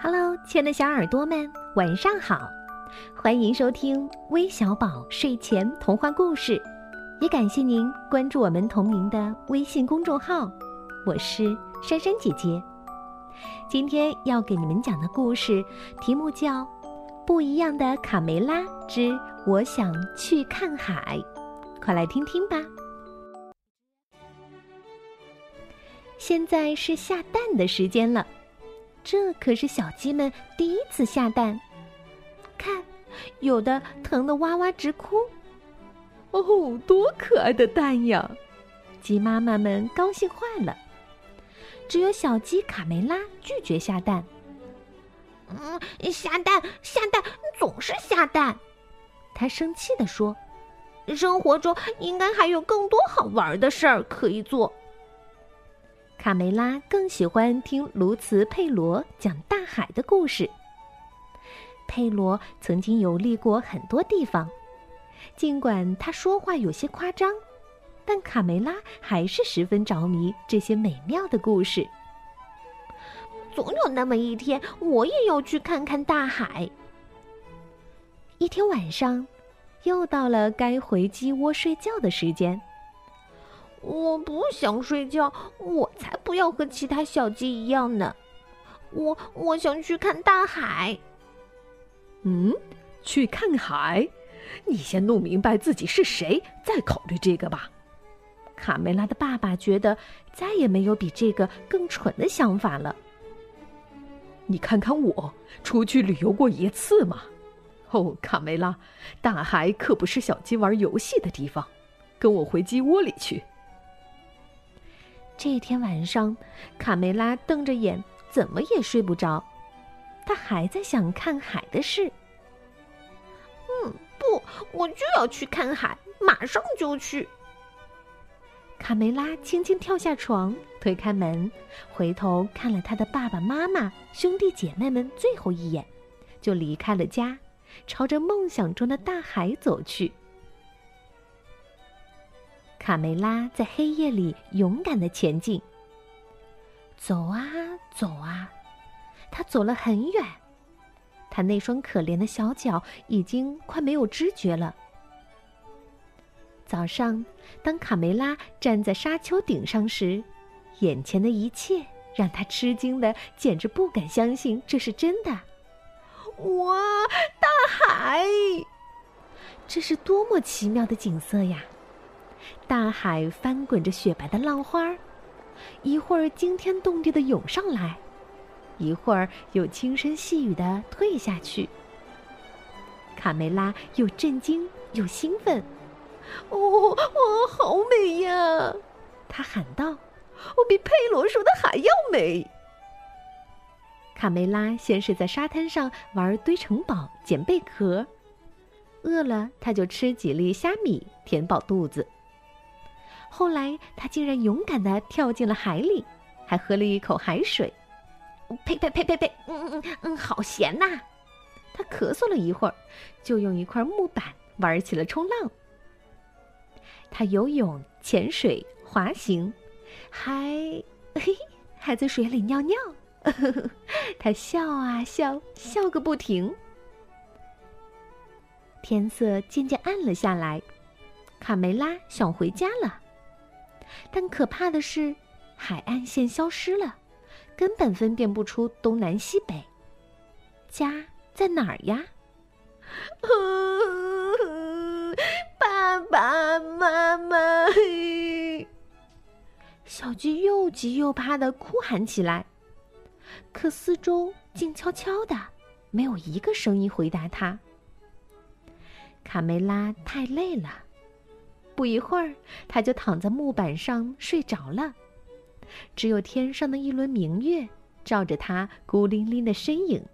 Hello， 亲爱的小耳朵们，晚上好！欢迎收听微小宝睡前童话故事，也感谢您关注我们同名的微信公众号。我是珊珊姐姐。今天要给你们讲的故事题目叫《不一样的卡梅拉之我想去看海》，快来听听吧。现在是下蛋的时间了，这可是小鸡们第一次下蛋。看，有的疼得哇哇直哭。哦，多可爱的蛋呀！鸡妈妈们高兴坏了。只有小鸡卡梅拉拒绝下蛋。 下蛋，总是下蛋。 他生气地说：“ 生活中应该还有更多好玩的事儿可以做。” 卡梅拉更喜欢听卢茨佩罗讲大海的故事。佩罗曾经游历过很多地方，尽管他说话有些夸张，但卡梅拉还是十分着迷这些美妙的故事。 总有那么一天，我也要去看看大海。 一天晚上，又到了该回鸡窝睡觉的时间。 我不想睡觉，我才不要和其他小鸡一样呢。我想去看大海。 去看海？你先弄明白自己是谁，再考虑这个吧。 卡梅拉的爸爸觉得再也没有比这个更蠢的想法了。 你看看我，出去旅游过一次嘛。哦，卡梅拉，大海可不是小鸡玩游戏的地方，跟我回鸡窝里去。 这天晚上，卡梅拉瞪着眼，怎么也睡不着。他还在想看海的事。 不，我就要去看海，马上就去。 卡梅拉轻轻跳下床，推开门，回头看了他的爸爸妈妈、兄弟姐妹们最后一眼，就离开了家，朝着梦想中的大海走去。卡梅拉在黑夜里勇敢地前进，走啊走啊，他走了很远，他那双可怜的小脚已经快没有知觉了。早上，当卡梅拉站在沙丘顶上时，眼前的一切让他吃惊的简直不敢相信这是真的。 哇，大海！ 这是多么奇妙的景色呀！大海翻滚着雪白的浪花，一会儿惊天动地的涌上来，一会儿又轻声细语地退下去。卡梅拉又震惊又兴奋。 好美呀！ 他喊道：“ 我比佩罗说的还要美。” 卡梅拉先是在沙滩上玩堆城堡、捡贝壳，饿了他就吃几粒虾米填饱肚子。后来他竟然勇敢地跳进了海里，还喝了一口海水。 呸！好咸呐！ 他咳嗽了一会儿，就用一块木板玩起了冲浪。他游泳、潜水、滑行，还在水里尿尿。他笑啊笑，笑个不停。天色渐渐暗了下来，卡梅拉想回家了，但可怕的是，海岸线消失了，根本分辨不出东南西北。家在哪儿呀？ 爸爸妈妈！ 小鸡又急又怕地哭喊起来，可四周静悄悄的，没有一个声音回答他。卡梅拉太累了，不一会儿，他就躺在木板上睡着了。只有天上的一轮明月照着他孤零零的身影。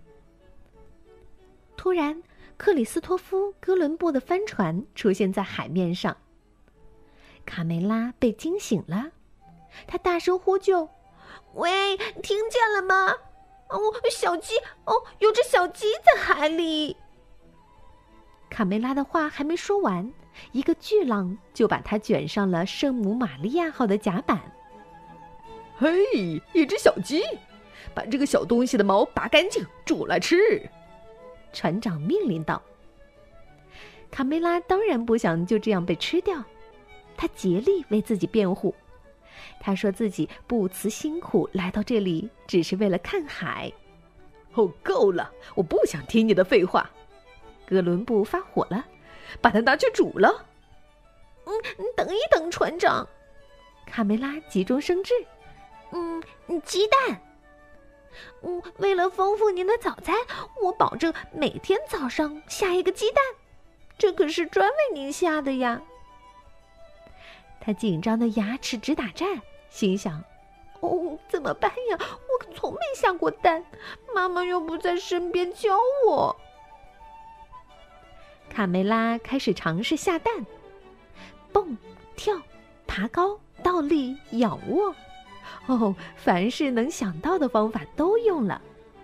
突然，克里斯托夫·哥伦布的帆船出现在海面上。卡梅拉被惊醒了，他大声呼救：“ 喂，听见了吗？小鸡！有只小鸡在海里！” 卡梅拉的话还没说完，一个巨浪就把他卷上了圣母玛利亚号的甲板。 嘿，一只小鸡， 把这个小东西的毛拔干净，煮来吃。 船长命令道。卡梅拉当然不想就这样被吃掉，他竭力为自己辩护。他说自己不辞辛苦来到这里，只是为了看海。 够了，我不想听你的废话。 哥伦布发火了， 把它拿去煮了。 等一等，船长。 卡梅拉急中生智。 鸡蛋。为了丰富您的早餐，我保证每天早上下一个鸡蛋，这可是专为您下的呀。 他紧张的牙齿直打颤，心想： 怎么办呀？我可从没下过蛋，妈妈又不在身边教我。 卡梅拉开始尝试下蛋，蹦、跳、爬高、倒立、仰卧，凡是能想到的方法都用了。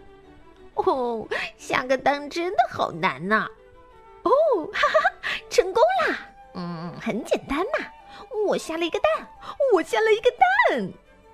下个蛋真的好难呐！成功啦！很简单嘛，我下了一个蛋，我下了一个蛋。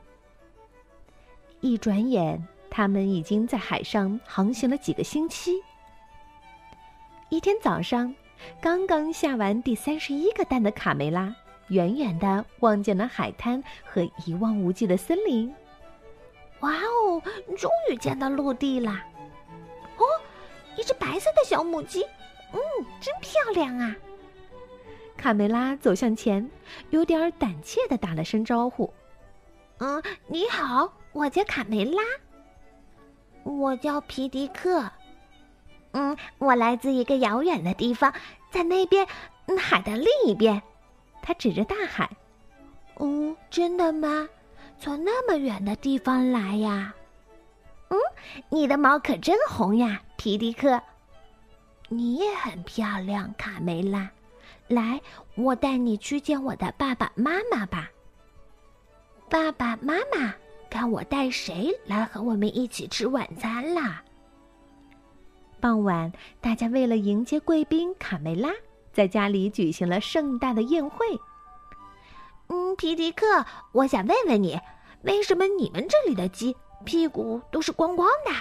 一转眼，他们已经在海上航行了几个星期。一天早上，刚刚下完第31个蛋的卡梅拉，远远地望见了海滩和一望无际的森林。 哇哦，终于见到陆地啦！一只白色的小母鸡，真漂亮啊！ 卡梅拉走向前，有点胆怯地打了声招呼：“ 你好，我叫卡梅拉。”“我叫皮迪克。”“我来自一个遥远的地方，在那边，海的另一边。” 他指着大海。 “真的吗？从那么远的地方来呀？”“你的毛可真红呀，皮迪克。”“你也很漂亮，卡梅拉。来，我带你去见我的爸爸妈妈吧。”“爸爸妈妈，看我带谁来和我们一起吃晚餐啦？” 傍晚，大家为了迎接贵宾卡梅拉，在家里举行了盛大的宴会。 “皮迪克，我想问问你，为什么你们这里的鸡屁股都是光光的？”“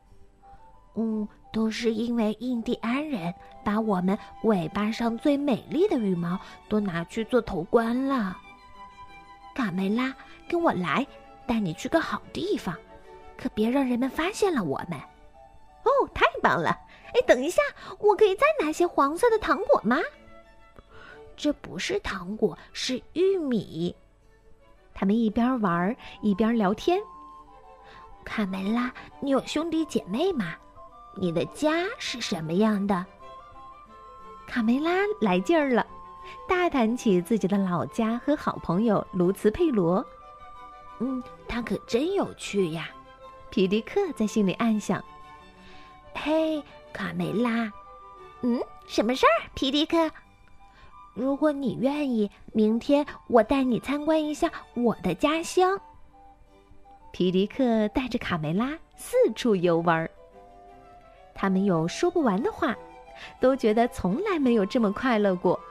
都是因为印第安人把我们尾巴上最美丽的羽毛都拿去做头冠了。”“卡梅拉，跟我来，带你去个好地方，可别让人们发现了我们。”“太棒了！等一下，我可以再拿些黄色的糖果吗？”“这不是糖果，是玉米。” 他们一边玩一边聊天。 “卡梅拉，你有兄弟姐妹吗？你的家是什么样的？” 卡梅拉来劲儿了，大谈起自己的老家和好朋友卢茨佩罗。 他可真有趣呀！ 皮迪克在心里暗想。 “嘿，卡梅拉。”“什么事儿，皮迪克？”“如果你愿意，明天我带你参观一下我的家乡。” 皮迪克带着卡梅拉四处游玩。他们有说不完的话，都觉得从来没有这么快乐过。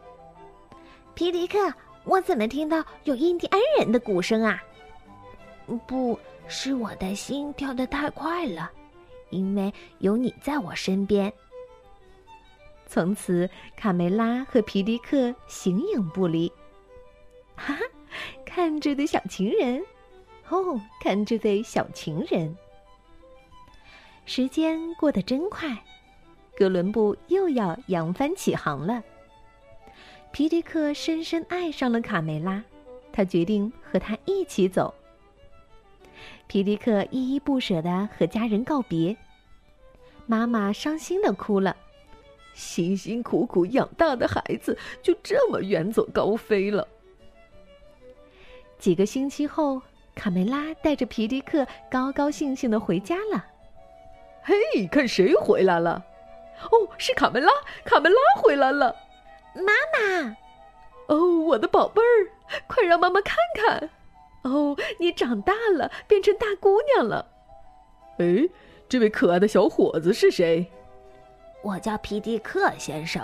“皮迪克，我怎么听到有印第安人的鼓声啊？”“不是，我的心跳得太快了，因为有你在我身边。” 从此，卡梅拉和皮迪克形影不离。哈哈，看这对小情人！看这对小情人！时间过得真快，哥伦布又要扬帆起航了。皮迪克深深爱上了卡梅拉，他决定和她一起走。皮迪克依依不舍地和家人告别，妈妈伤心地哭了。 辛辛苦苦养大的孩子就这么远走高飞了。 几个星期后，卡梅拉带着皮迪克高高兴兴地回家了。 嘿，看谁回来了？是卡梅拉，卡梅拉回来了。 妈妈！ 我的宝贝儿，快让妈妈看看。你长大了，变成大姑娘了。这位可爱的小伙子是谁？ 我叫皮迪克先生。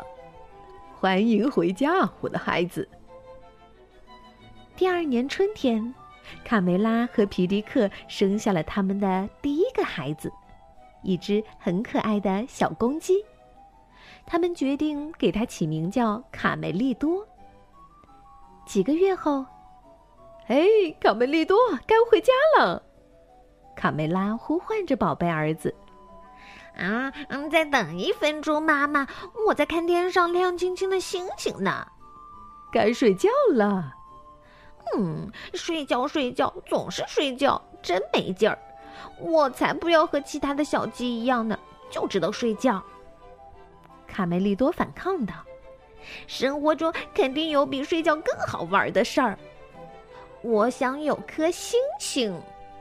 欢迎回家，我的孩子。 第二年春天， 卡梅拉和皮迪克生下了他们的第一个孩子，一只很可爱的小公鸡。他们决定给它起名叫卡梅利多。几个月后，卡梅利多，该回家了！卡梅拉呼唤着宝贝儿子。 再等1分钟，妈妈，我在看天上亮晶晶的星星呢。 该睡觉了。 睡觉，总是睡觉，真没劲儿。我才不要和其他的小鸡一样呢，就知道睡觉。 卡梅利多反抗道：“ 生活中肯定有比睡觉更好玩的事儿。我想有颗星星。”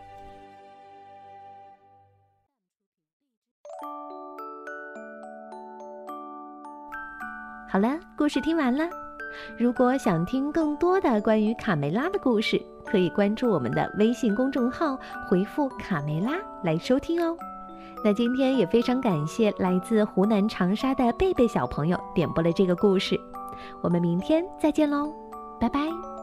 好了，故事听完了。如果想听更多的关于卡梅拉的故事，可以关注我们的微信公众号，回复卡梅拉来收听哦。那今天也非常感谢来自湖南长沙的贝贝小朋友点播了这个故事。我们明天再见喽，拜拜。